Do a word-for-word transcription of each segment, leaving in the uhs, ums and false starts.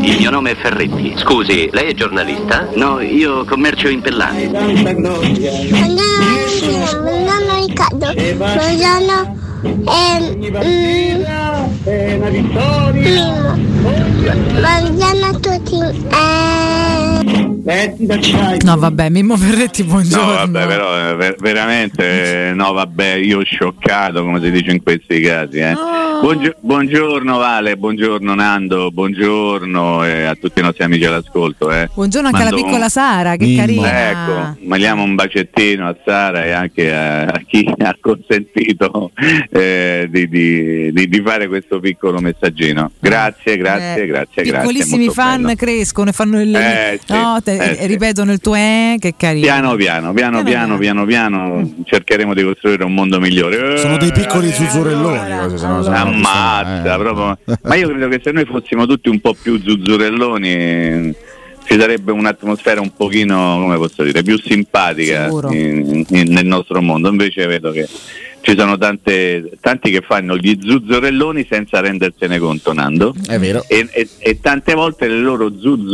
Il mio nome è Ferretti. Scusi, lei è giornalista? No, io commercio in pellami. Buongiorno Riccardo. Buongiorno eh, mm, Mimmo. Buongiorno a tutti. Eh. No vabbè, Mimmo Ferretti, buongiorno. No vabbè, però ver- veramente no vabbè, io scioccato, come si dice in questi casi, eh. Oh. Buongio- buongiorno Vale, buongiorno Nando, buongiorno eh, a tutti i nostri amici all'ascolto, eh. Buongiorno anche Mando alla piccola un... Sara, che Mimmo. carina. Ecco, mandiamo un bacettino a Sara e anche a, a chi ha consentito eh, di, di, di, di fare questo piccolo messaggino. Grazie, grazie, eh, grazie, piccolissimi grazie. fan bello. crescono e fanno il Eh, sì, no, te, eh, sì. ripetono il tuo eh, che carino. Piano piano, piano piano, piano piano, cercheremo di costruire un mondo migliore. Sono dei piccoli zuzzurelloni, così, se no, se no, Ammazza, eh. proprio. Ma io credo che se noi fossimo tutti un po' più zuzzurelloni ci sarebbe un'atmosfera un pochino, come posso dire, più simpatica in, in, nel nostro mondo. Invece vedo che ci sono tante, tanti che fanno gli zuzzurelloni senza rendersene conto, Nando. È vero. E, e, e tante volte le loro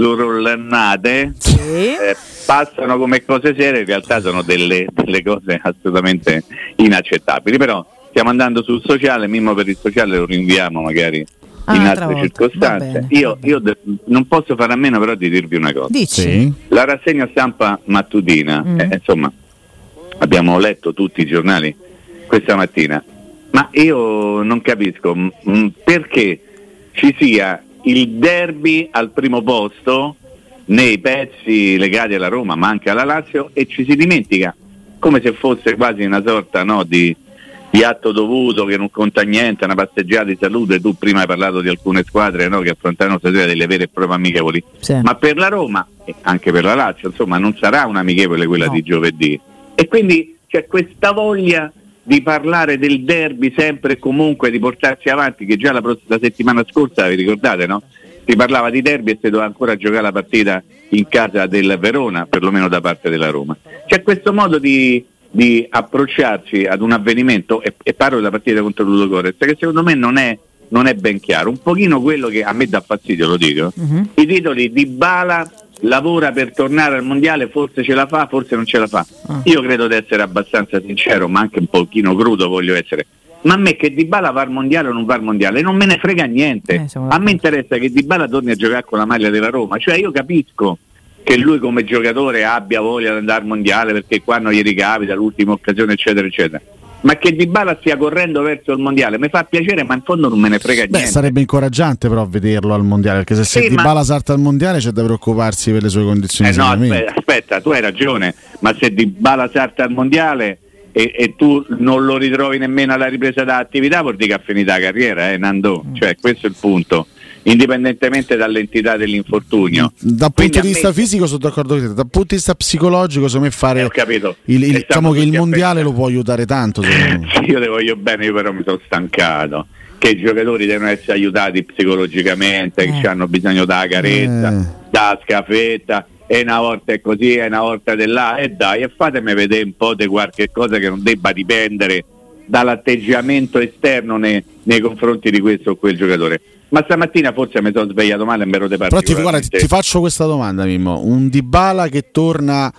zuzzurellate sì. eh, passano come cose serie, in realtà sono delle, delle cose assolutamente inaccettabili. Però stiamo andando sul sociale, Mimmo per il sociale lo rinviamo magari ah, in altre circostanze. Io, io de- non posso fare a meno però di dirvi una cosa. Dici? Sì. La rassegna stampa mattutina, Mm. eh, insomma, abbiamo letto tutti i giornali questa mattina, ma io non capisco mh, perché ci sia il derby al primo posto nei pezzi legati alla Roma ma anche alla Lazio e ci si dimentica, come se fosse quasi una sorta, no, di, di atto dovuto che non conta niente, una passeggiata di salute. Tu prima hai parlato di alcune squadre, no, che affronteranno stasera delle vere e proprie amichevoli, sì. Ma per la Roma e anche per la Lazio insomma non sarà un'amichevole quella no. di giovedì, e quindi c'è questa voglia di parlare del derby sempre e comunque, di portarsi avanti, che già la, pross- la settimana scorsa, vi ricordate, no? Si parlava di derby e si doveva ancora giocare la partita in casa del Verona, perlomeno da parte della Roma. C'è questo modo di, di approcciarci ad un avvenimento, e, e parlo della partita contro Ludogorets, che secondo me non è, non è ben chiaro. Un pochino quello che a me dà fastidio, lo dico, uh-huh. I titoli di Dybala lavora per tornare al mondiale, forse ce la fa, forse non ce la fa. Ah. Io credo di essere abbastanza sincero, ma anche un pochino crudo voglio essere. Ma a me che Dybala va al mondiale o non va al mondiale non me ne frega niente. Eh, a me interessa che Dybala torni a giocare con la maglia della Roma. Cioè io capisco che lui come giocatore abbia voglia di andare al mondiale perché qua non gli ricapita l'ultima occasione eccetera eccetera. Ma che Dybala stia correndo verso il mondiale mi fa piacere, ma in fondo non me ne frega niente. Beh, sarebbe incoraggiante però vederlo al mondiale, perché se, se sì, Dybala ma... salta al mondiale c'è da preoccuparsi per le sue condizioni. Eh no, aspetta, aspetta, tu hai ragione, ma se Dybala salta al mondiale e, e tu non lo ritrovi nemmeno alla ripresa dall'attività, vuol dire che ha finito la carriera, eh, Nando? Cioè, questo è il punto. Indipendentemente dall'entità dell'infortunio. Dal punto di vista me... fisico sono d'accordo con te, dal punto di vista psicologico secondo me fare eh, ho capito. il, il, diciamo che il mondiale lo può aiutare tanto. Sì, io le voglio bene, io però mi sono stancato che i giocatori devono essere aiutati psicologicamente, eh. che hanno bisogno della carezza, eh. da scaffetta, e una volta è così, e una volta è là, e dai, e fatemi vedere un po' di qualche cosa che non debba dipendere dall'atteggiamento esterno nei, nei confronti di questo o quel giocatore. Ma stamattina forse mi sono svegliato male e mi ero de Però ti, guarda, ti faccio questa domanda, Mimmo. Un Dybala che torna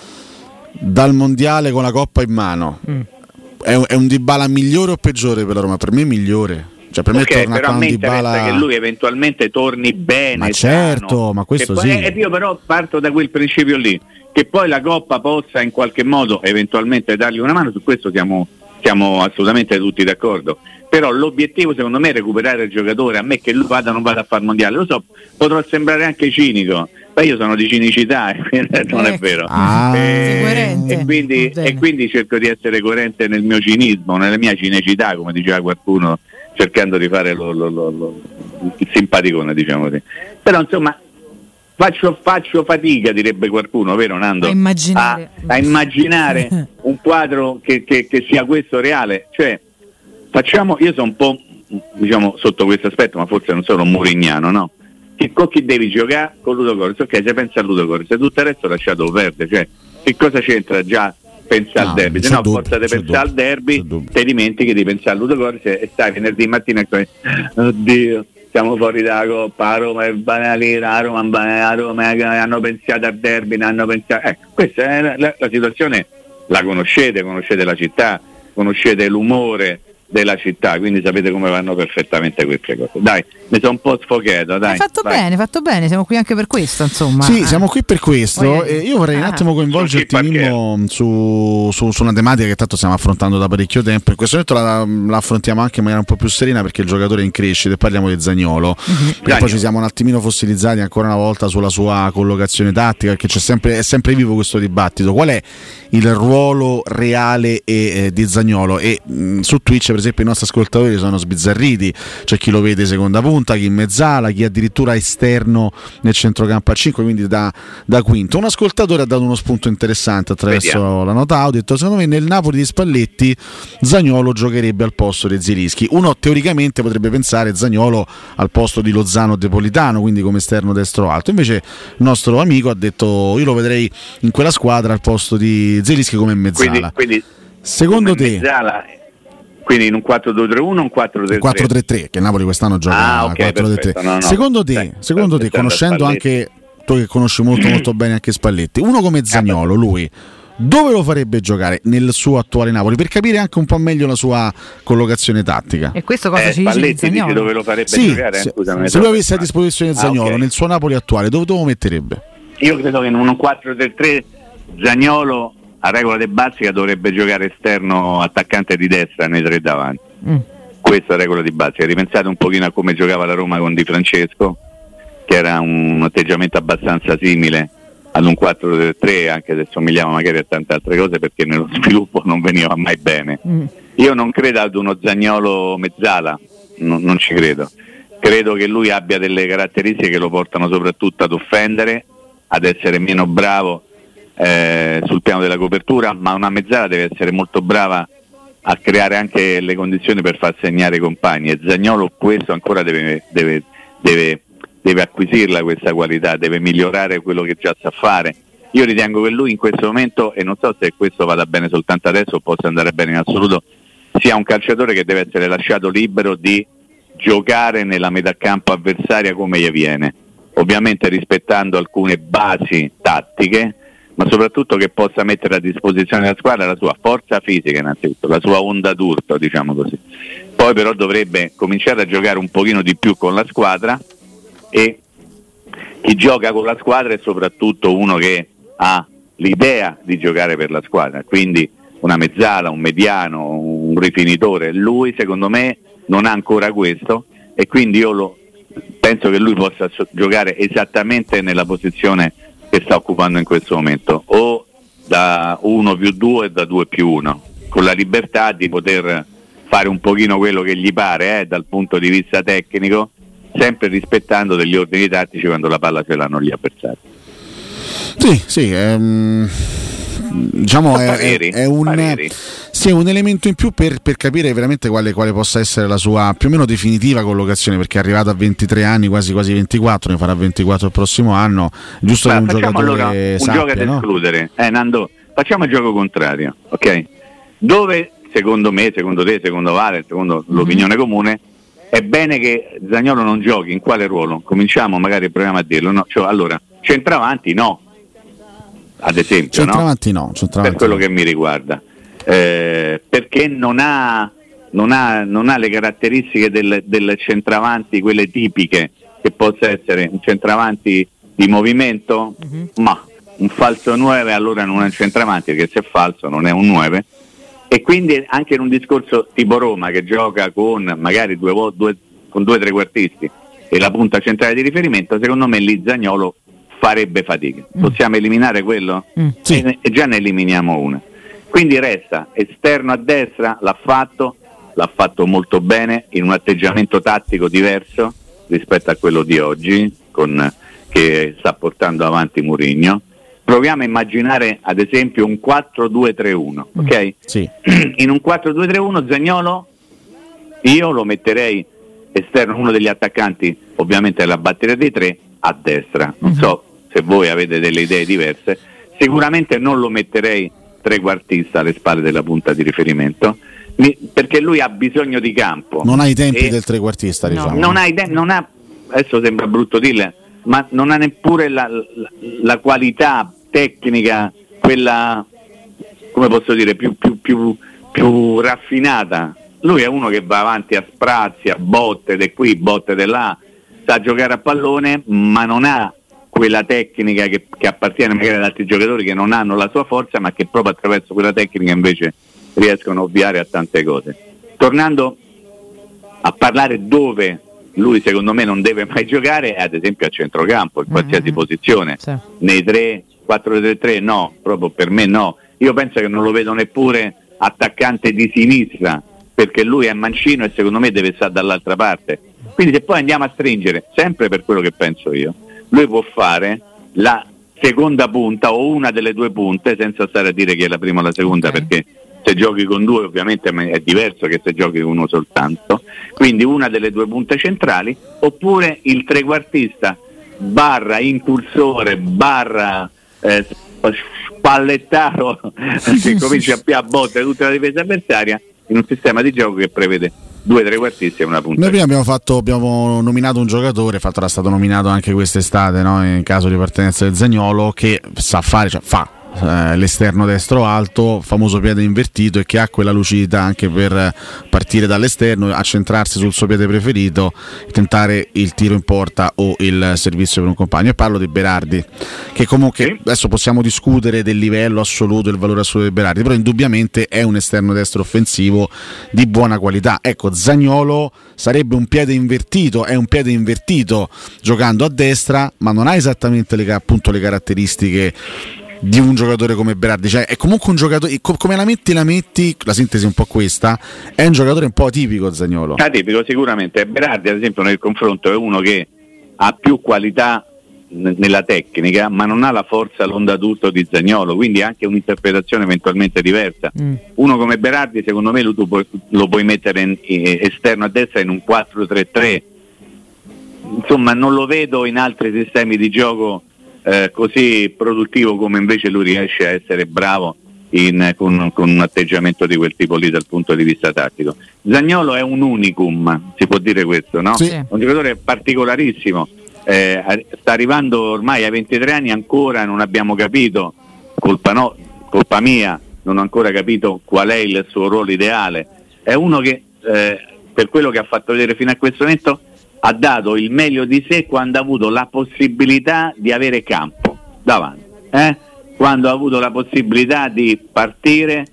dal mondiale con la coppa in mano mm. è, un, è un Dybala migliore o peggiore per la Roma? Per me è migliore. Cioè, per okay, me torna però a me interessa Dybala... che lui eventualmente torni bene. Ma certo, sano, ma questo poi, sì. E io però parto da quel principio lì, che poi la coppa possa in qualche modo eventualmente dargli una mano, su questo siamo, siamo assolutamente tutti d'accordo. Però l'obiettivo secondo me è recuperare il giocatore, a me che lui vada o non vada a fare il mondiale, lo so, potrò sembrare anche cinico, ma io sono di cinicità, non è vero. Ah, e, e, quindi, e quindi cerco di essere coerente nel mio cinismo, nella mia cinecità, come diceva qualcuno, cercando di fare lo, lo, lo, lo, il simpaticone, diciamo così. Però insomma faccio, faccio fatica, direbbe qualcuno, vero Nando? A immaginare, a, a immaginare un quadro che, che, che sia questo reale. Cioè facciamo, io sono un po', diciamo, sotto questo aspetto, ma forse non sono un murignano, no? Che con chi devi giocare? Con Ludogorets. Ok, se pensa a Ludogorets, se tutto il resto lasciato perdere, cioè che cosa c'entra già pensare no, al derby? Se no, dubbio, forza di pensare al derby, te dimentichi di pensare a Ludogorets e stai venerdì mattina e dici oddio, siamo fuori dalla Coppa, a Roma è banalina, a Roma, a Roma hanno pensato al derby, hanno pensato, ecco, questa è la, la, la situazione, la conoscete, conoscete la città, conoscete l'umore della città, quindi sapete come vanno perfettamente queste cose. Dai, mi sono un po' sfogato, dai. Hai fatto vai. bene, hai fatto bene, siamo qui anche per questo, insomma. Sì, ah. siamo qui per questo. E io vorrei ah. un attimo coinvolgerti Mimmo, su, su, su una tematica che tanto stiamo affrontando da parecchio tempo. In questo momento la, la affrontiamo anche in maniera un po' più serena perché il giocatore è in crescita e parliamo di Zaniolo. Mm-hmm. E poi ci siamo un attimino fossilizzati ancora una volta sulla sua collocazione tattica, perché c'è sempre, è sempre vivo questo dibattito. Qual è il ruolo reale e, eh, di Zaniolo? E mh, su Twitch, per esempio, i nostri ascoltatori sono sbizzarriti, c'è chi lo vede seconda punta, chi in mezzala, chi addirittura esterno nel centrocampo a cinque, quindi da, da quinto. Un ascoltatore ha dato uno spunto interessante attraverso Vediamo. la nota audio, ha detto: secondo me nel Napoli di Spalletti Zaniolo giocherebbe al posto di Zielinski. Uno teoricamente potrebbe pensare Zaniolo al posto di Lozano De Politano, quindi come esterno destro alto, invece il nostro amico ha detto: io lo vedrei in quella squadra al posto di Zielinski come mezzala. Quindi, quindi secondo come te mezzala, quindi in un quattro due tre uno o un quattro tre tre? quattro tre tre, che Napoli quest'anno gioca ah, okay, quattro tre tre. No, no. Secondo te, Dai, secondo te conoscendo anche tu che conosci molto molto bene anche Spalletti, uno come Zaniolo, lui dove lo farebbe giocare nel suo attuale Napoli, per capire anche un po' meglio la sua collocazione tattica? E questo cosa eh, ci dice di Zaniolo? Dice dove lo farebbe sì, giocare? Se, Scusami, se lui avesse a disposizione Zaniolo ah, okay. nel suo Napoli attuale, dove, dove lo metterebbe? Io credo che in un quattro tre tre Zaniolo a regola de Bazzica dovrebbe giocare esterno attaccante di destra nei tre davanti. Mm. Questa è la regola di Bazzica. Ripensate un pochino a come giocava la Roma con Di Francesco, che era un atteggiamento abbastanza simile ad un quattro tre tre, anche se somigliava magari a tante altre cose perché nello sviluppo non veniva mai bene. Mm. Io non credo ad uno Zaniolo mezzala, no, non ci credo. Credo che lui abbia delle caratteristiche che lo portano soprattutto ad offendere, ad essere meno bravo eh, sul piano della copertura, ma una mezzala deve essere molto brava a creare anche le condizioni per far segnare i compagni, e Zaniolo questo ancora deve, deve, deve, deve acquisirla questa qualità, deve migliorare quello che già sa fare. Io ritengo che lui in questo momento, e non so se questo vada bene soltanto adesso o possa andare bene in assoluto, sia un calciatore che deve essere lasciato libero di giocare nella metà campo avversaria come gli viene, ovviamente rispettando alcune basi tattiche, ma soprattutto che possa mettere a disposizione della squadra la sua forza fisica innanzitutto, la sua onda d'urto, diciamo così. Poi però dovrebbe cominciare a giocare un pochino di più con la squadra, e chi gioca con la squadra è soprattutto uno che ha l'idea di giocare per la squadra, quindi una mezzala, un mediano, un rifinitore. Lui secondo me non ha ancora questo, e quindi io lo, penso che lui possa so- giocare esattamente nella posizione che sta occupando in questo momento, o da uno più due o da due più uno, con la libertà di poter fare un pochino quello che gli pare eh, dal punto di vista tecnico, sempre rispettando degli ordini tattici quando la palla ce l'hanno gli avversari. Sì, sì, ehm, diciamo è, è, è un, sì, un elemento in più per, per capire veramente quale, quale possa essere la sua più o meno definitiva collocazione, perché è arrivato a ventitré anni, quasi quasi ventiquattro, ne farà ventiquattro il prossimo anno, giusto che un giocatore allora un sappia, gioco da no? escludere, eh Nando, facciamo il gioco contrario, ok? Dove secondo me, secondo te, secondo Vale, secondo mm-hmm. l'opinione comune, è bene che Zaniolo non giochi, in quale ruolo? Cominciamo, magari proviamo a dirlo, no? Cioè, allora, centravanti no, ad esempio, centravanti no? no centravanti per quello no. che mi riguarda, eh, perché non ha, non ha, non ha le caratteristiche del, del centravanti, quelle tipiche, che possa essere un centravanti di movimento, mm-hmm. ma un falso nove allora non è un centravanti, perché se è falso non è un nove. E quindi anche in un discorso tipo Roma, che gioca con magari due, due, con due trequartisti e la punta centrale di riferimento, secondo me lì Zaniolo farebbe fatica. Mm. Possiamo eliminare quello? Mm, sì. e, e già ne eliminiamo una. Quindi resta esterno a destra, l'ha fatto, l'ha fatto molto bene, in un atteggiamento tattico diverso rispetto a quello di oggi, con, che sta portando avanti Mourinho. Proviamo a immaginare ad esempio un quattro due tre uno, ok? Sì. In un quattro due tre uno Zaniolo io lo metterei esterno, uno degli attaccanti ovviamente della batteria dei tre, a destra. Non so se voi avete delle idee diverse. Sicuramente non lo metterei trequartista alle spalle della punta di riferimento, mi, perché lui ha bisogno di campo. Non ha i tempi e del trequartista, no. diciamo. Non ha, i tem- non ha, adesso sembra brutto dirle, ma non ha neppure la, la, la qualità tecnica, quella, come posso dire, più, più, più, più raffinata. Lui è uno che va avanti a sprazzi, a botte di qui, botte di là, sa giocare a pallone, ma non ha quella tecnica che, che appartiene magari ad altri giocatori che non hanno la sua forza, ma che proprio attraverso quella tecnica invece riescono a ovviare a tante cose. Tornando a parlare dove lui secondo me non deve mai giocare, ad esempio a centrocampo, in qualsiasi mm-hmm. posizione, sì. Nei tre quattro tre tre no, proprio per me no. Io penso che non lo vedo neppure attaccante di sinistra, perché lui è mancino e secondo me deve stare dall'altra parte. Quindi se poi andiamo a stringere, sempre per quello che penso io, lui può fare la seconda punta o una delle due punte, senza stare a dire che è la prima o la seconda, okay. Perché se giochi con due ovviamente è diverso che se giochi con uno soltanto, quindi una delle due punte centrali, oppure il trequartista barra impulsore barra eh, spallettaro che comincia a, a botte tutta la difesa avversaria in un sistema di gioco che prevede due trequartisti e una punta. Noi prima abbiamo fatto abbiamo nominato un giocatore, fatto era stato nominato anche quest'estate, no? In caso di partenza del Zaniolo, che sa fare, cioè fa eh, l'esterno destro alto, famoso piede invertito, e che ha quella lucidità anche per partire dall'esterno, accentrarsi sul suo piede preferito, tentare il tiro in porta o il servizio per un compagno. E parlo di Berardi, che comunque sì. Adesso possiamo discutere del livello assoluto, del valore assoluto di Berardi, però indubbiamente è un esterno destro offensivo di buona qualità. Ecco, Zaniolo sarebbe un piede invertito, è un piede invertito giocando a destra, ma non ha esattamente le, appunto, le caratteristiche di un giocatore come Berardi, cioè è comunque un giocatore, come la metti la metti, la sintesi è un po' questa, è un giocatore un po' atipico Zaniolo. Atipico sicuramente. Berardi ad esempio nel confronto è uno che ha più qualità n- nella tecnica, ma non ha la forza l'onda d'urto di Zaniolo, quindi anche un'interpretazione eventualmente diversa. Mm. Uno come Berardi secondo me lo, tu puoi, lo puoi mettere in, in, esterno a destra in un quattro tre tre, insomma non lo vedo in altri sistemi di gioco Eh, così produttivo come invece lui riesce a essere bravo in, con, con un atteggiamento di quel tipo lì dal punto di vista tattico. Zaniolo è un unicum, si può dire questo, no? Sì. Un giocatore particolarissimo, eh, sta arrivando ormai ai ventitré anni, ancora non abbiamo capito, colpa, no, colpa mia, non ho ancora capito qual è il suo ruolo ideale. È uno che eh, per quello che ha fatto vedere fino a questo momento ha dato il meglio di sé quando ha avuto la possibilità di avere campo davanti, eh? Quando ha avuto la possibilità di partire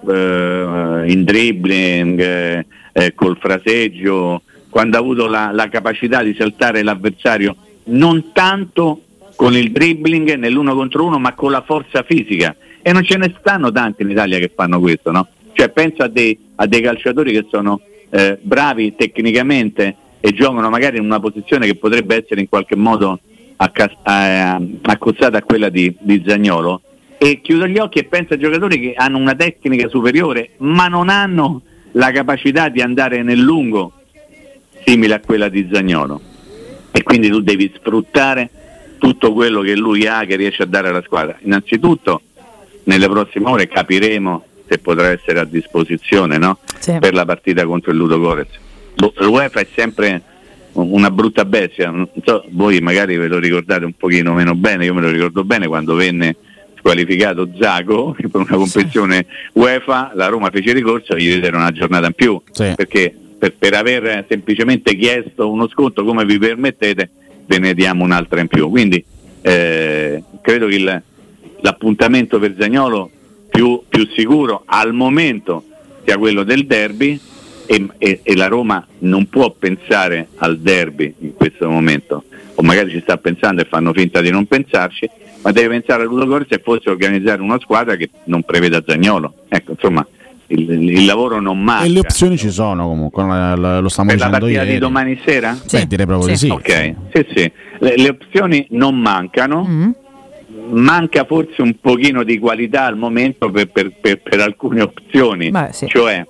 eh, in dribbling, eh, eh, col fraseggio, quando ha avuto la, la capacità di saltare l'avversario non tanto con il dribbling nell'uno contro uno, ma con la forza fisica, e non ce ne stanno tanti in Italia che fanno questo, no? Cioè penso a dei, a dei calciatori che sono eh, bravi tecnicamente e giocano magari in una posizione che potrebbe essere in qualche modo accas- eh, accostata a quella di, di Zaniolo, e chiudo gli occhi e penso a giocatori che hanno una tecnica superiore ma non hanno la capacità di andare nel lungo simile a quella di Zaniolo, e quindi tu devi sfruttare tutto quello che lui ha, che riesce a dare alla squadra. Innanzitutto nelle prossime ore capiremo se potrà essere a disposizione, no? Sì. Per la partita contro il Ludogorets. L'UEFA è sempre una brutta bestia, non so, voi magari ve lo ricordate un pochino meno bene, io me lo ricordo bene quando venne squalificato Zago per una competizione sì. UEFA, la Roma fece ricorso e gli diedero una giornata in più, sì. Perché per, per aver semplicemente chiesto uno sconto, come vi permettete, ve ne diamo un'altra in più. Quindi eh, credo che il, l'appuntamento per Zaniolo più, più sicuro al momento sia quello del derby. E, e, e la Roma non può pensare al derby in questo momento, o magari ci sta pensando e fanno finta di non pensarci, ma deve pensare a Ludogorets e forse organizzare una squadra che non preveda Zaniolo. Ecco, insomma, il, il lavoro non manca. E le opzioni ci sono comunque, lo stiamo per dicendo la partita ieri. Di domani sera? Sì. Beh, direi proprio sì. di sì. Ok, sì, sì. Le, le opzioni non mancano. Mm-hmm. Manca forse un pochino di qualità al momento per, per, per, per alcune opzioni. Beh, sì. Cioè,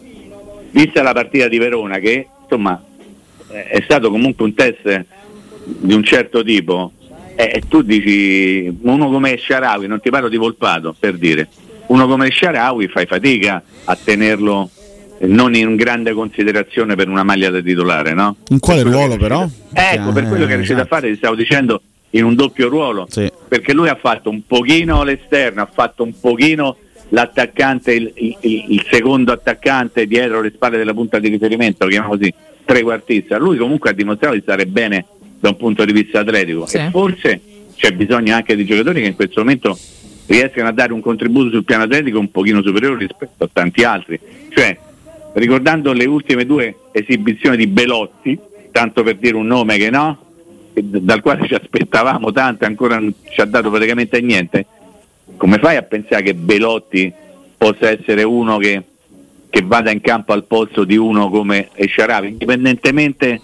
vista la partita di Verona, che insomma è stato comunque un test di un certo tipo, e eh, tu dici uno come Shaarawy, non ti parlo di Volpato per dire, uno come Shaarawy fai fatica a tenerlo non in grande considerazione per una maglia da titolare, no? In quale ruolo però? Ecco, eh, per quello che è riuscito esatto. a fare, ti stavo dicendo, in un doppio ruolo, sì. Perché lui ha fatto un pochino l'esterno, ha fatto un pochino l'attaccante, il, il, il secondo attaccante dietro le spalle della punta di riferimento, lo chiamiamo così, trequartista. Lui comunque ha dimostrato di stare bene da un punto di vista atletico, sì. E forse c'è bisogno anche di giocatori che in questo momento riescano a dare un contributo sul piano atletico un pochino superiore rispetto a tanti altri. Cioè, ricordando le ultime due esibizioni di Belotti, tanto per dire un nome che no, dal quale ci aspettavamo tanto e ancora non ci ha dato praticamente niente, come fai a pensare che Belotti possa essere uno che, che vada in campo al posto di uno come Esharawi, indipendentemente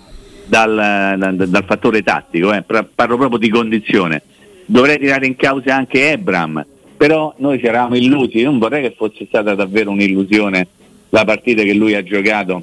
dal, dal, dal fattore tattico, eh? Parlo proprio di condizione. Dovrei tirare in causa anche Ebram, però noi ci eravamo illusi, non vorrei che fosse stata davvero un'illusione la partita che lui ha giocato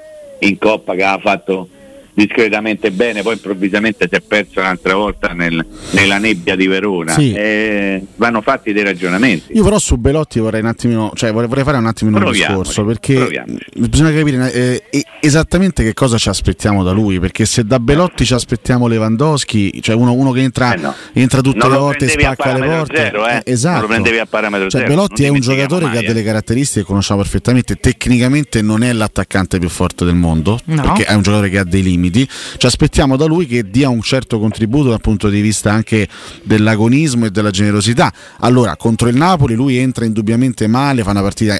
in Coppa, che ha fatto discretamente bene, poi improvvisamente si è perso un'altra volta nel, nella nebbia di Verona. Sì. E vanno fatti dei ragionamenti. Io però su Belotti vorrei un attimino, cioè vorrei, vorrei fare un attimo un discorso, perché proviamoci. Bisogna capire eh, esattamente che cosa ci aspettiamo da lui, perché se da Belotti ci aspettiamo Lewandowski, cioè uno, uno che entra, eh no. entra tutte non le volte e spacca le porte, zero, eh. Eh, esatto. Non lo prendevi a parametro cioè, zero. Belotti è un giocatore mai, che ha delle caratteristiche che conosciamo perfettamente. Tecnicamente non è l'attaccante più forte del mondo, no. Perché è un giocatore che ha dei limiti. Ci aspettiamo da lui che dia un certo contributo dal punto di vista anche dell'agonismo e della generosità. Allora, contro il Napoli lui entra indubbiamente male, fa una partita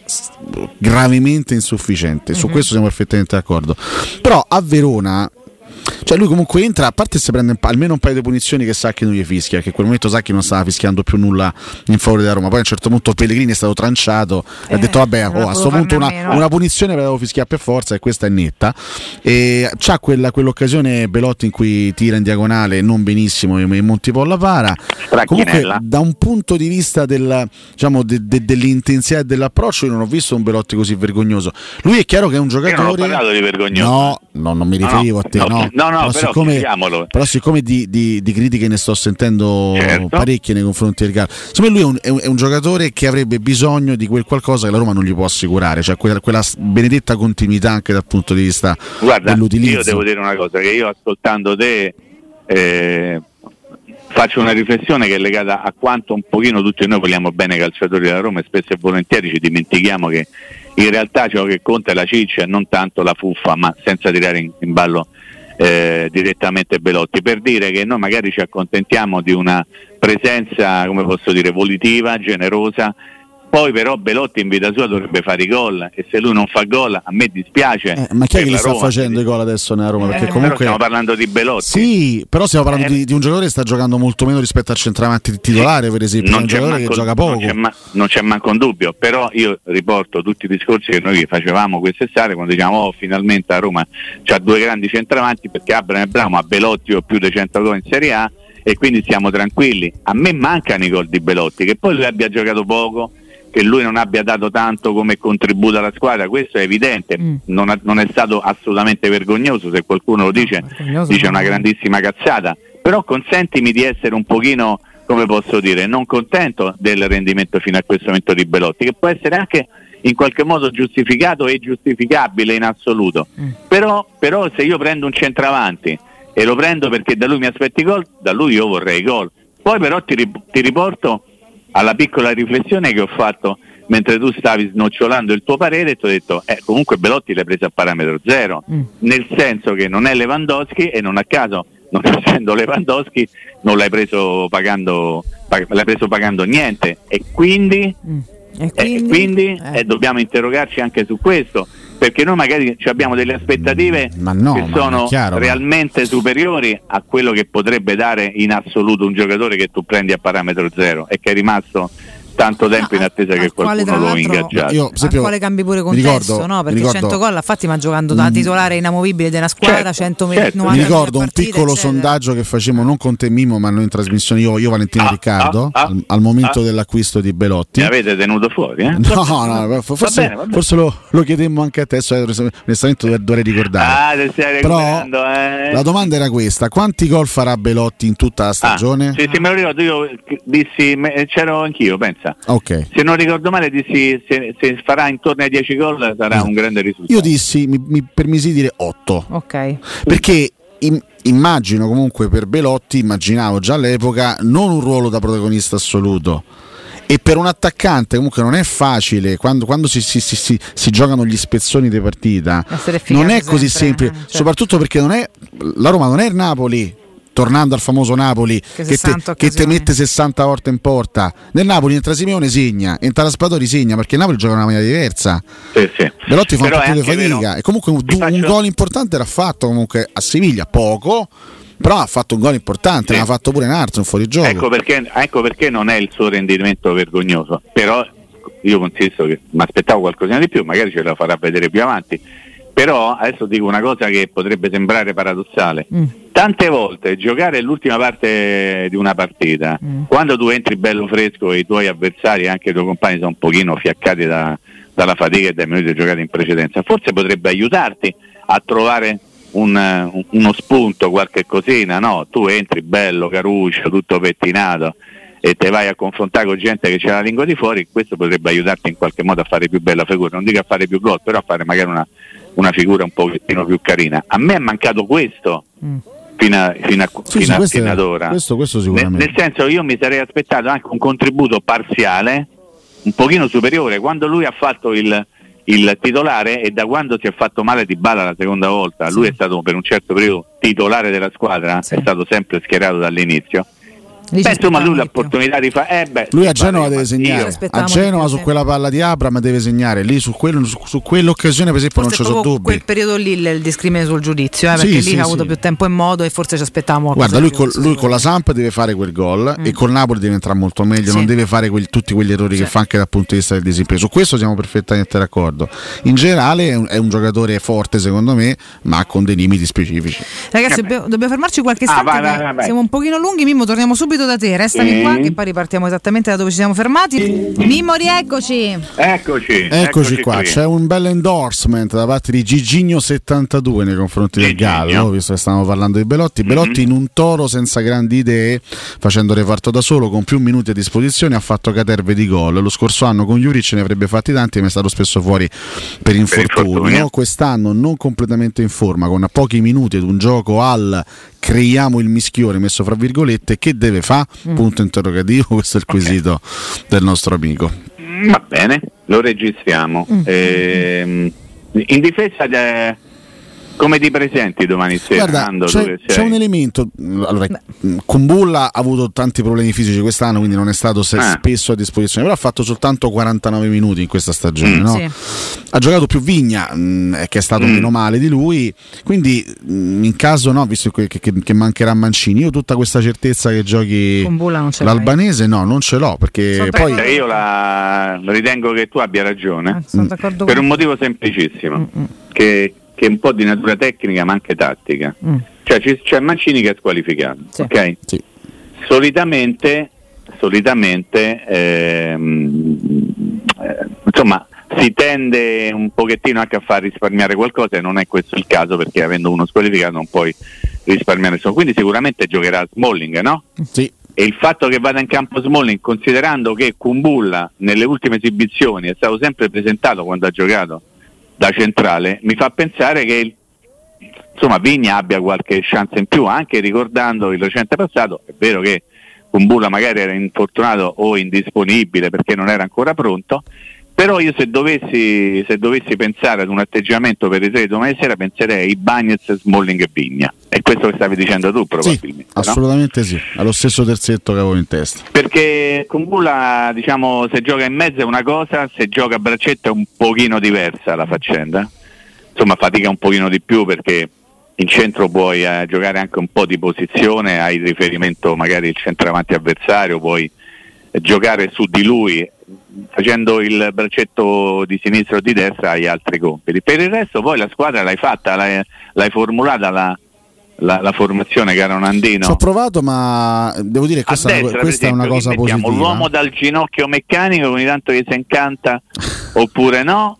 gravemente insufficiente, su mm-hmm. questo siamo perfettamente d'accordo. Però a Verona, cioè lui comunque entra, a parte se prende almeno un paio di punizioni che Sacchi non gli fischia, che in quel momento Sacchi non stava fischiando più nulla in favore della Roma, poi a un certo punto Pellegrini è stato tranciato e eh, ha detto vabbè, oh, a questo punto una, una punizione la devo fischiare per forza, e questa è netta. E c'ha quella, quell'occasione Belotti in cui tira in diagonale non benissimo in Montipolla para. Comunque da un punto di vista del, diciamo, de, de, dell'intensità e dell'approccio io non ho visto un Belotti così vergognoso. Lui è chiaro che è un giocatore. Io non ho parlato di vergognoso. No, no, non mi riferivo no, a te, no. no. No, no, però, però, siccome, però siccome di, di, di critiche ne sto sentendo certo. parecchie nei confronti del Gallo, secondo me lui è un, è un giocatore che avrebbe bisogno di quel qualcosa che la Roma non gli può assicurare, cioè quella, quella benedetta continuità anche dal punto di vista Guarda, dell'utilizzo. Io devo dire una cosa, che io ascoltando te eh, faccio una riflessione che è legata a quanto un pochino tutti noi vogliamo bene ai calciatori della Roma, e spesso e volentieri ci dimentichiamo che in realtà ciò che conta è la ciccia e non tanto la fuffa, ma senza tirare in, in ballo eh, direttamente Belotti, per dire che noi magari ci accontentiamo di una presenza, come posso dire, volitiva, generosa. Poi però Belotti in vita sua dovrebbe fare i gol, e se lui non fa gol a me dispiace. Eh, ma chi è che li sta Roma? facendo i gol adesso nella Roma? Perché eh, comunque stiamo parlando di Belotti. Sì, però stiamo parlando eh, di, di un giocatore che sta giocando molto meno rispetto al centravanti titolare, sì, per esempio. Non è un giocatore manco, che gioca poco. Non c'è, ma, non c'è manco un dubbio, però io riporto tutti i discorsi che noi facevamo quest'estate quando diciamo oh, finalmente a Roma c'ha due grandi centravanti, perché Abraham è bravo, ma Belotti ho più di cento gol in Serie A e quindi siamo tranquilli. A me mancano i gol di Belotti, che poi lui abbia giocato poco, che lui non abbia dato tanto come contributo alla squadra, questo è evidente. mm. non, ha, non è stato assolutamente vergognoso, se qualcuno lo dice no, dice una grandissima cazzata, però consentimi di essere un pochino, come posso dire, non contento del rendimento fino a questo momento di Belotti, che può essere anche in qualche modo giustificato e giustificabile in assoluto. mm. però, però se io prendo un centravanti e lo prendo perché da lui mi aspetti gol, da lui io vorrei gol. Poi però ti, ti riporto alla piccola riflessione che ho fatto mentre tu stavi snocciolando il tuo parere, e ti ho detto eh, comunque Belotti l'hai preso a parametro zero, mm. nel senso che non è Lewandowski, e non a caso, non essendo Lewandowski, non l'hai preso pagando pag- l'hai preso pagando niente, e quindi, mm. e quindi, eh, quindi eh. Eh, dobbiamo interrogarci anche su questo, perché noi magari abbiamo delle aspettative ma no, che ma sono chiaro, realmente ma... superiori a quello che potrebbe dare in assoluto un giocatore che tu prendi a parametro zero e che è rimasto tanto tempo in attesa che qualcuno lo ingaggiasse. Io, esempio, al quale cambi pure contesto, ricordo, no? Perché ricordo, cento gol infatti, ma giocando da titolare inamovibile di una squadra, certo, cento certo. Mi ricordo un partite, piccolo eccetera. sondaggio che facevamo non con te Mimmo, ma noi in trasmissione, io, io Valentino ah, Riccardo ah, al, al momento ah, d'acquisto di Belotti. Mi avete tenuto fuori? Eh? No, no, forse, va bene, va bene. forse lo, lo chiedemmo anche a te, onestamente dovrei ricordare. Ah, stai però eh. la domanda era questa: quanti gol farà Belotti in tutta la stagione? Ah, sì, sì, me lo ricordo, io dissi, c'ero anch'io, penso. differenza. Okay. Se non ricordo male dissi, se, se farà intorno ai dieci gol sarà esatto. un grande risultato. Io dissi, mi, mi permisi di dire otto. Ok. Perché in, immagino comunque per Belotti, immaginavo già all'epoca non un ruolo da protagonista assoluto. E per un attaccante comunque non è facile quando, quando si, si, si, si, si giocano gli spezzoni di partita, non è così sempre, semplice, certo. Soprattutto perché non è, la Roma non è il Napoli, tornando al famoso Napoli che, che, te, che te mette sessanta volte in porta. Nel Napoli entra Simeone segna, entra Raspadori segna, perché il Napoli gioca in una maniera diversa. Sì, sì. Belotti fa Però un po' più di fatica vero. E comunque un, faccio... un gol importante l'ha fatto comunque a Siviglia, poco, però ha fatto un gol importante, sì. l'ha fatto pure in Arts, un fuorigioco. Ecco perché, ecco perché non è il suo rendimento vergognoso. Però io consisto che mi aspettavo qualcosina di più, magari ce la farà vedere più avanti. Però adesso dico una cosa che potrebbe sembrare paradossale. Mm. Tante volte giocare l'ultima parte di una partita, mm. quando tu entri bello fresco e i tuoi avversari e anche i tuoi compagni sono un pochino fiaccati da, dalla fatica e dai minuti giocati in precedenza, forse potrebbe aiutarti a trovare un, uno spunto, qualche cosina, no? Tu entri bello, caruccio, tutto pettinato e te vai a confrontare con gente che c'ha la lingua di fuori, questo potrebbe aiutarti in qualche modo a fare più bella figura, non dico a fare più gol, però a fare magari una, una figura un pochettino più carina. A me è mancato questo mm. fino, a, fino, a, sì, fino, sì, a, questo fino è, ad ora questo, questo sicuramente. Nel, nel senso, io mi sarei aspettato anche un contributo parziale un pochino superiore quando lui ha fatto il, il titolare, e da quando si è fatto male Dybala la seconda volta, sì. lui è stato per un certo periodo titolare della squadra, sì. è stato sempre schierato dall'inizio. Beh, insomma, lui l'opportunità di fare. Eh, beh, lui a Genova deve segnare. A Genova su quella palla di Abraham deve segnare. Lì su, quello, su, su quell'occasione, per esempio, forse non ci sono dubbi. Quel periodo lì il discrimine sul giudizio, eh, perché sì, lì sì, ha avuto sì. più tempo e modo, e forse ci aspettavamo. Guarda, lui, col, lui con la Samp deve fare quel gol mm. e col Napoli deve entrare molto meglio. Sì. Non deve fare quel, tutti quegli errori sì. che fa anche dal punto di vista del disimpegno. Su questo siamo perfettamente d'accordo. In generale è un, è un giocatore forte, secondo me, ma con dei limiti specifici. Ragazzi, eh dobbiamo, dobbiamo fermarci qualche istante. Ah, vai, vai, vai. Siamo un pochino lunghi. Mimmo, torniamo subito da te. Restami qua, che poi ripartiamo esattamente da dove ci siamo fermati. Mimmo, rieccoci. Eccoci, eccoci, eccoci qua. Qui. C'è un bel endorsement da parte di Gigigno settantadue nei confronti Gigigno. del Gallo, visto che stavamo parlando di Belotti. Belotti mm-hmm. in un toro senza grandi idee, facendo reparto da solo, con più minuti a disposizione, ha fatto caterve di gol. Lo scorso anno con Juric ne avrebbe fatti tanti, ma è stato spesso fuori per infortunio. Per infortunio. Quest'anno non completamente in forma, con pochi minuti ed un gioco al creiamo il mischione messo fra virgolette. Che deve fare? Mm. Punto interrogativo. Questo è il quesito okay. del nostro amico. Va bene, lo registriamo. Mm. Eh, in difesa de... come ti presenti domani sera? Guarda, Ando, c'è, c'è un elemento. Allora, Kumbulla ha avuto tanti problemi fisici quest'anno, quindi non è stato se- ah. spesso a disposizione, però ha fatto soltanto quarantanove minuti in questa stagione, mm. no? Sì. Ha giocato più Vigna, mh, che è stato mm. meno male di lui, quindi mh, in caso no, visto che, che, che mancherà Mancini, io tutta questa certezza che giochi non l'albanese no, non ce l'ho, perché sono poi d'accordo. Io la ritengo che tu abbia ragione, mm. per un motivo semplicissimo, mm-hmm. che che è un po' di natura tecnica ma anche tattica. Mm. Cioè c'è, c'è Mancini che è squalificato, sì. ok? Sì. Solitamente, solitamente ehm, eh, insomma si tende un pochettino anche a far risparmiare qualcosa, e non è questo il caso, perché avendo uno squalificato non puoi risparmiare nessuno. Quindi sicuramente giocherà Smalling, no? Sì. E il fatto che vada in campo Smalling, considerando che Kumbulla nelle ultime esibizioni è stato sempre presentato quando ha giocato da centrale, mi fa pensare che insomma Vigna abbia qualche chance in più, anche ricordando il recente passato. È vero che Kumbulla magari era infortunato o indisponibile perché non era ancora pronto, però io se dovessi se dovessi pensare ad un atteggiamento per i tre domani sera, penserei Bagnez, Smalling e Vigna. È questo che stavi dicendo tu probabilmente? Sì, assolutamente no? Sì, allo stesso terzetto che avevo in testa. Perché Kumbulla, diciamo, se gioca in mezzo è una cosa, se gioca a braccetto è un pochino diversa la faccenda. Insomma, fatica un pochino di più, perché in centro puoi eh, giocare anche un po' di posizione, hai il riferimento magari il centravanti avversario, puoi eh, giocare su di lui. Facendo il braccetto di sinistra o di destra hai altri compiti. Per il resto poi la squadra l'hai fatta, l'hai, l'hai formulata la, la, la formazione, caro Nandino. Ci ho provato, ma devo dire che questa, destra, questa esempio, è una cosa positiva. L'uomo dal ginocchio meccanico, ogni tanto che si incanta oppure no,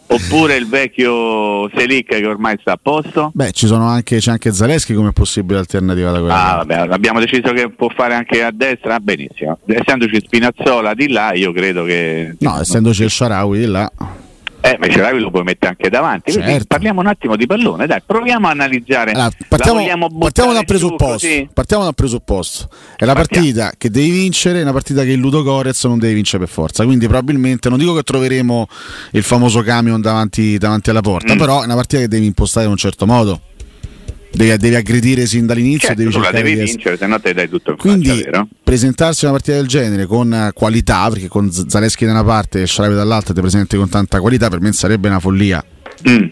oppure il vecchio Selic che ormai sta a posto? Beh, ci sono anche, c'è anche Zaleschi come possibile alternativa da quella. Ah, vabbè, abbiamo deciso che può fare anche a destra, ah, benissimo. Essendoci Spinazzola di là, io credo che... No, essendoci il Shaarawy di là... Eh, ma Shaarawy lo puoi mettere anche davanti. Certo. Parliamo un attimo di pallone, dai, proviamo a analizzare. Allora, partiamo, partiamo dal presupposto. Giù, partiamo dal presupposto. È la partiamo. partita che devi vincere, è una partita che il Ludogorets non deve vincere per forza. Quindi probabilmente non dico che troveremo il famoso camion davanti, davanti alla porta, mm. però è una partita che devi impostare in un certo modo. Devi, devi aggredire sin dall'inizio, certo, devi tu la devi di vincere, se no te dai tutto in quindi faccia, vero? Presentarsi una partita del genere con qualità, perché con Zaleschi da una parte e Shaarawy dall'altra ti presenti con tanta qualità, per me sarebbe una follia. Mm.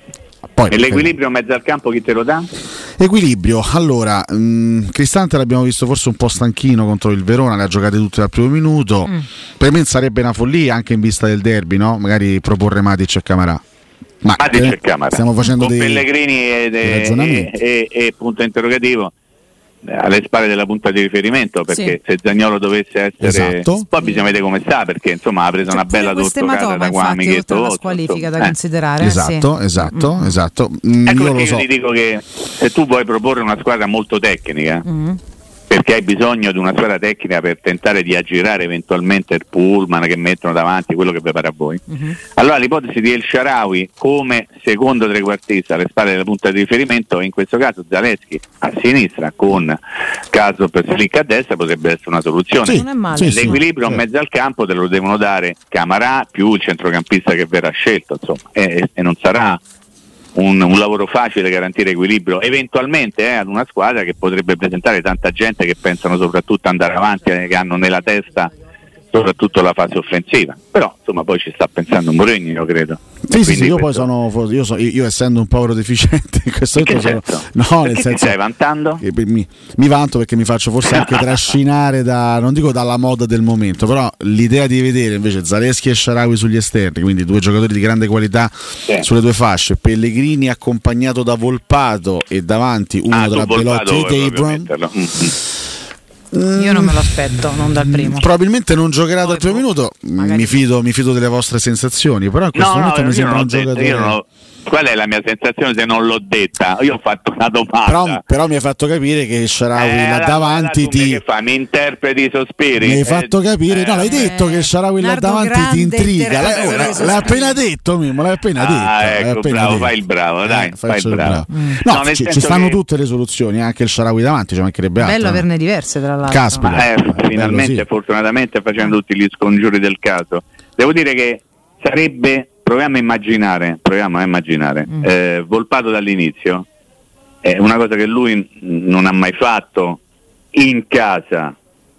Poi, e l'equilibrio in mezzo al campo chi te lo dà? Equilibrio, allora mh, Cristante l'abbiamo visto forse un po' stanchino contro il Verona, le ha giocate tutte dal primo minuto. Mm. Per me sarebbe una follia anche in vista del derby, no? Magari proporre Matic e Camarà. Ma Matic e Camara stiamo facendo con dei, Pellegrini e, dei e, e, e punto interrogativo alle spalle della punta di riferimento, perché sì. se Zaniolo dovesse essere esatto. poi bisogna vedere come sta, perché insomma ha preso cioè, una bella toccata da qua amichetto la squalifica da eh. considerare esatto eh, esatto sì. esatto mm, ecco io perché lo so. io ti dico che se tu vuoi proporre una squadra molto tecnica mm. perché hai bisogno di una squadra tecnica per tentare di aggirare eventualmente il pullman che mettono davanti, quello che prepara a voi. Uh-huh. Allora l'ipotesi di El Shaarawy come secondo trequartista alle spalle della punta di riferimento, in questo caso Zaleschi a sinistra con caso per Slick a destra, potrebbe essere una soluzione. Sì, sì, l'equilibrio sì. in mezzo al campo te lo devono dare Camarà più il centrocampista che verrà scelto, insomma, e, e non sarà Un, un lavoro facile garantire equilibrio eventualmente eh, ad una squadra che potrebbe presentare tanta gente che pensano soprattutto andare avanti, eh, che hanno nella testa soprattutto la fase offensiva, però insomma poi ci sta pensando Mourinho, io credo. Sì, sì, sì, io poi sono io, so, io, io essendo un povero deficiente in questo momento sono, no, perché nel senso, ti stai vantando? Mi, mi vanto perché mi faccio forse anche trascinare da, non dico dalla moda del momento, però l'idea di vedere invece Zaleschi e Shaarawy sugli esterni, quindi due giocatori di grande qualità sì. sulle due fasce, Pellegrini accompagnato da Volpato e davanti uno ah, tra Belotti e Abram. Io non me lo aspetto, non dal primo. Probabilmente non giocherà dal primo minuto. Mi fido, mi fido delle vostre sensazioni, però in questo no, momento no, mi sembra un detto, giocatore. Io non ho... Qual è la mia sensazione se non l'ho detta? Io ho fatto una domanda. Però, però mi hai fatto capire che Shaarawy eh, là davanti tu ti. Che fa? Mi interpreti i sospiri. Mi hai fatto capire, eh, no, l'hai detto eh, che Shaarawy là davanti ti intriga. L'hai, oh, l'hai, l'hai appena detto, Mimmo, l'hai appena ah, detto. Ecco, l'hai appena bravo, detto. fai il bravo, dai, eh, fai il bravo. Mm. No, no ci, ci stanno che... tutte le soluzioni, anche il Shaarawy davanti, ci mancherebbe altro. Bello averne diverse tra l'altro. Caspita. Ma, eh, finalmente, sì. fortunatamente, facendo tutti gli scongiuri del caso. Devo dire che sarebbe. Proviamo a immaginare, proviamo a immaginare mm. eh, Volpato dall'inizio è una cosa che lui non ha mai fatto in casa,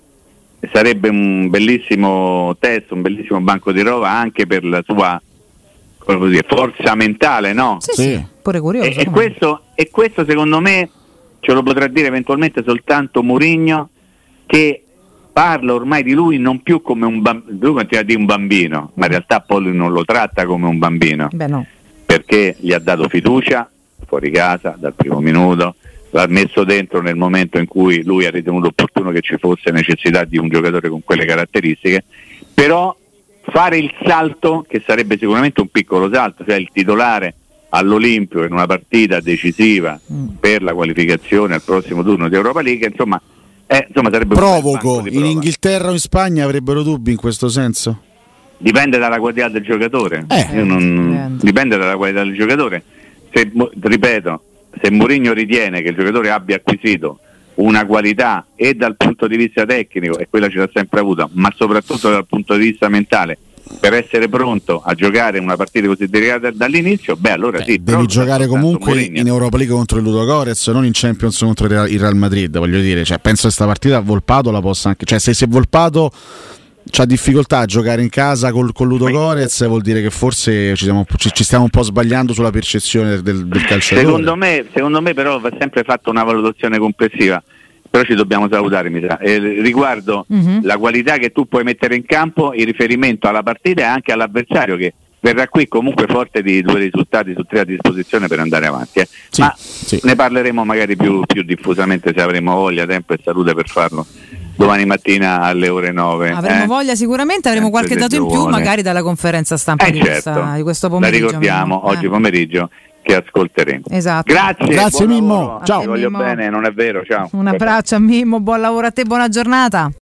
sarebbe un bellissimo testo, un bellissimo banco di prova anche per la sua come dire, forza mentale, no? Sì, sì, pure curioso. E, e, questo, e questo secondo me ce lo potrà dire eventualmente soltanto Mourinho, che parla ormai di lui non più come un bambino, lui continua a dire un bambino, ma in realtà poi lui non lo tratta come un bambino. Beh, no. Perché gli ha dato fiducia fuori casa dal primo minuto, l'ha messo dentro nel momento in cui lui ha ritenuto opportuno che ci fosse necessità di un giocatore con quelle caratteristiche, però fare il salto, che sarebbe sicuramente un piccolo salto, cioè il titolare all'Olimpio in una partita decisiva mm. per la qualificazione al prossimo turno di Europa League, insomma Eh, insomma, sarebbe provoco, in Inghilterra o in Spagna avrebbero dubbi in questo senso? Dipende dalla qualità del giocatore. Eh. Io non... Dipende dalla qualità del giocatore. Se, ripeto, se Mourinho ritiene che il giocatore abbia acquisito una qualità e dal punto di vista tecnico, e quella ce l'ha sempre avuta, ma soprattutto dal punto di vista mentale, per essere pronto a giocare una partita così delicata dall'inizio, beh allora sì. Devi giocare comunque in Europa League contro il Ludogorets, non in Champions contro il Real Madrid, voglio dire, cioè, penso che questa partita Volpato la possa anche, cioè se, se Volpato c'ha difficoltà a giocare in casa col, con Ludogorets, vuol dire che forse ci, siamo, ci, ci stiamo un po' sbagliando sulla percezione del, del calciatore. Secondo me, secondo me però va sempre fatta una valutazione complessiva. Però ci dobbiamo salutare, mi sa. Eh, riguardo uh-huh. la qualità che tu puoi mettere in campo in riferimento alla partita e anche all'avversario, che verrà qui comunque forte di due risultati su tre a disposizione per andare avanti. Eh. Sì, Ma sì. ne parleremo magari più, più diffusamente se avremo voglia, tempo e salute per farlo domani mattina alle ore nove. Avremo eh? voglia sicuramente, avremo eh, qualche dato in più, vuole. magari dalla conferenza stampa eh, di, certo. questa, di questo pomeriggio. La ricordiamo Mimmo. oggi eh. pomeriggio che ascolteremo. Esatto. Grazie, grazie Mimmo. Lavoro. Ciao. Ti voglio Mimmo. bene, non è vero, ciao. Un abbraccio a Mimmo, buon lavoro a te, buona giornata.